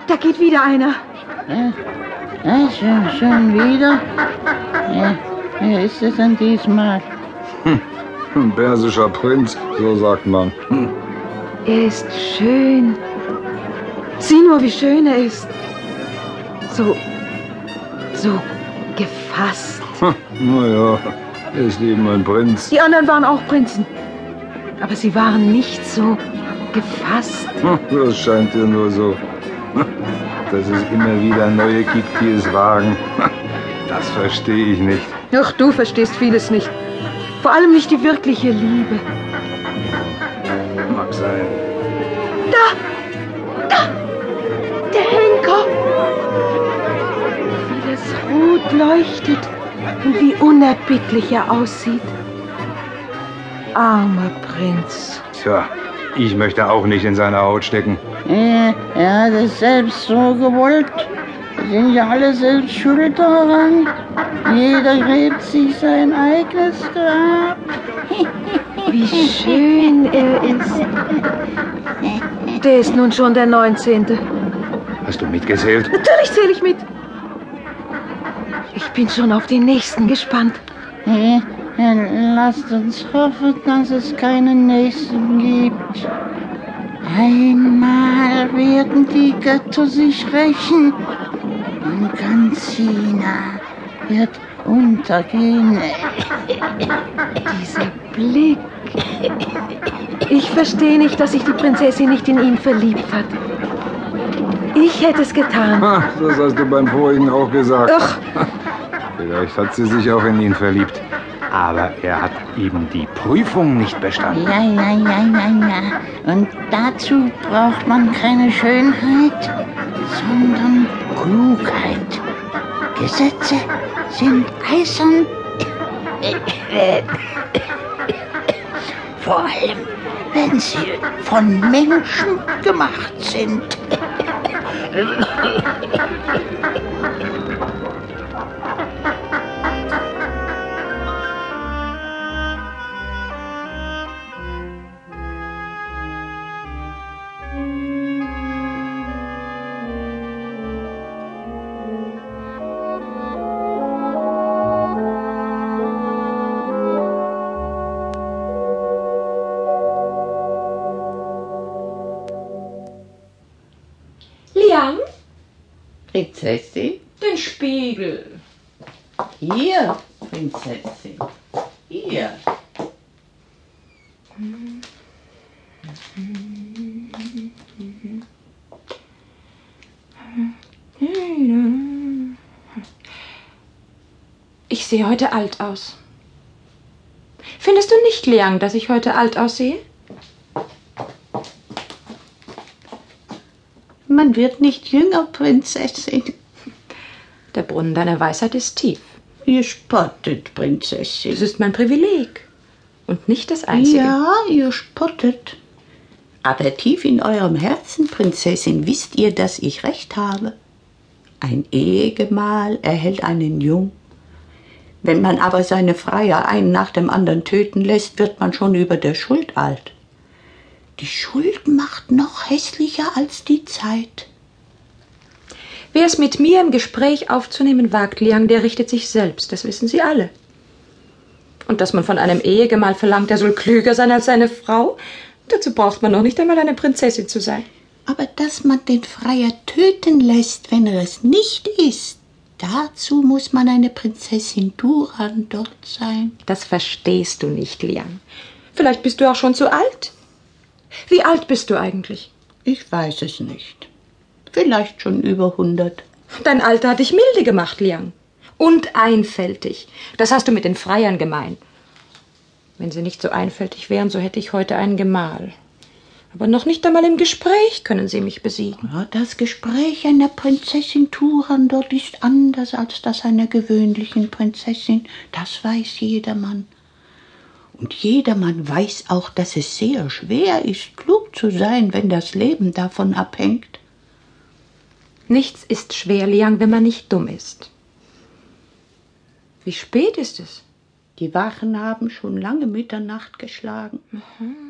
Da geht wieder einer. Schon wieder? Wer ist es denn diesmal? Ein persischer Prinz, so sagt man. Er ist schön. Sieh nur, wie schön er ist. So gefasst. Naja, er ist eben ein Prinz. Die anderen waren auch Prinzen. Aber sie waren nicht so gefasst. Das scheint dir nur so. Dass es immer wieder neue gibt, die es wagen. Das verstehe ich nicht. Ach, du verstehst vieles nicht. Vor allem nicht die wirkliche Liebe. Mag sein. Da! Der Henker! Wie das Rot leuchtet und wie unerbittlich er aussieht. Armer Prinz. Tja, ich möchte auch nicht in seiner Haut stecken. Er hat es selbst so gewollt. Wir sind ja alle selbst schuld daran. Jeder gräbt sich sein eigenes Grab. Wie schön er ist. Der ist nun schon der 19. Hast du mitgezählt? Natürlich zähle ich mit. Ich bin schon auf den nächsten gespannt. Lasst uns hoffen, dass es keinen nächsten gibt. Einmal werden die Götter sich rächen und ganz China wird untergehen. Dieser Blick. Ich verstehe nicht, dass sich die Prinzessin nicht in ihn verliebt hat. Ich hätte es getan. Das hast du beim vorigen auch gesagt. Ach. Vielleicht hat sie sich auch in ihn verliebt. Aber er hat eben die Prüfung nicht bestanden. Ja. Und dazu braucht man keine Schönheit, sondern Klugheit. Gesetze sind eisern. Vor allem, wenn sie von Menschen gemacht sind. Liang? Prinzessin? Den Spiegel. Hier, Prinzessin. Hier. Ich sehe heute alt aus. Findest du nicht, Liang, dass ich heute alt aussehe? Man wird nicht jünger, Prinzessin. Der Brunnen deiner Weisheit ist tief. Ihr spottet, Prinzessin. Das ist mein Privileg und nicht das einzige. Ja, ihr spottet. Aber tief in eurem Herzen, Prinzessin, wisst ihr, dass ich recht habe. Ein Ehegemahl erhält einen Jung. Wenn man aber seine Freier einen nach dem anderen töten lässt, wird man schon über der Schuld alt. Die Schuld macht noch hässlicher als die Zeit. Wer es mit mir im Gespräch aufzunehmen wagt, Liang, der richtet sich selbst, das wissen Sie alle. Und dass man von einem Ehegemahl verlangt, er soll klüger sein als seine Frau, dazu braucht man noch nicht einmal eine Prinzessin zu sein. Aber dass man den Freier töten lässt, wenn er es nicht ist, dazu muss man eine Prinzessin Durandot sein. Das verstehst du nicht, Liang. Vielleicht bist du auch schon zu alt. Wie alt bist du eigentlich? Ich weiß es nicht. Vielleicht schon über 100. Dein Alter hat dich milde gemacht, Liang. Und einfältig. Das hast du mit den Freiern gemein. Wenn sie nicht so einfältig wären, so hätte ich heute einen Gemahl. Aber noch nicht einmal im Gespräch können sie mich besiegen. Ja, das Gespräch einer Prinzessin Turandot ist anders als das einer gewöhnlichen Prinzessin. Das weiß jedermann. Und jedermann weiß auch, dass es sehr schwer ist, klug zu sein, wenn das Leben davon abhängt. Nichts ist schwer, Liang, wenn man nicht dumm ist. Wie spät ist es? Die Wachen haben schon lange Mitternacht geschlagen. Mhm.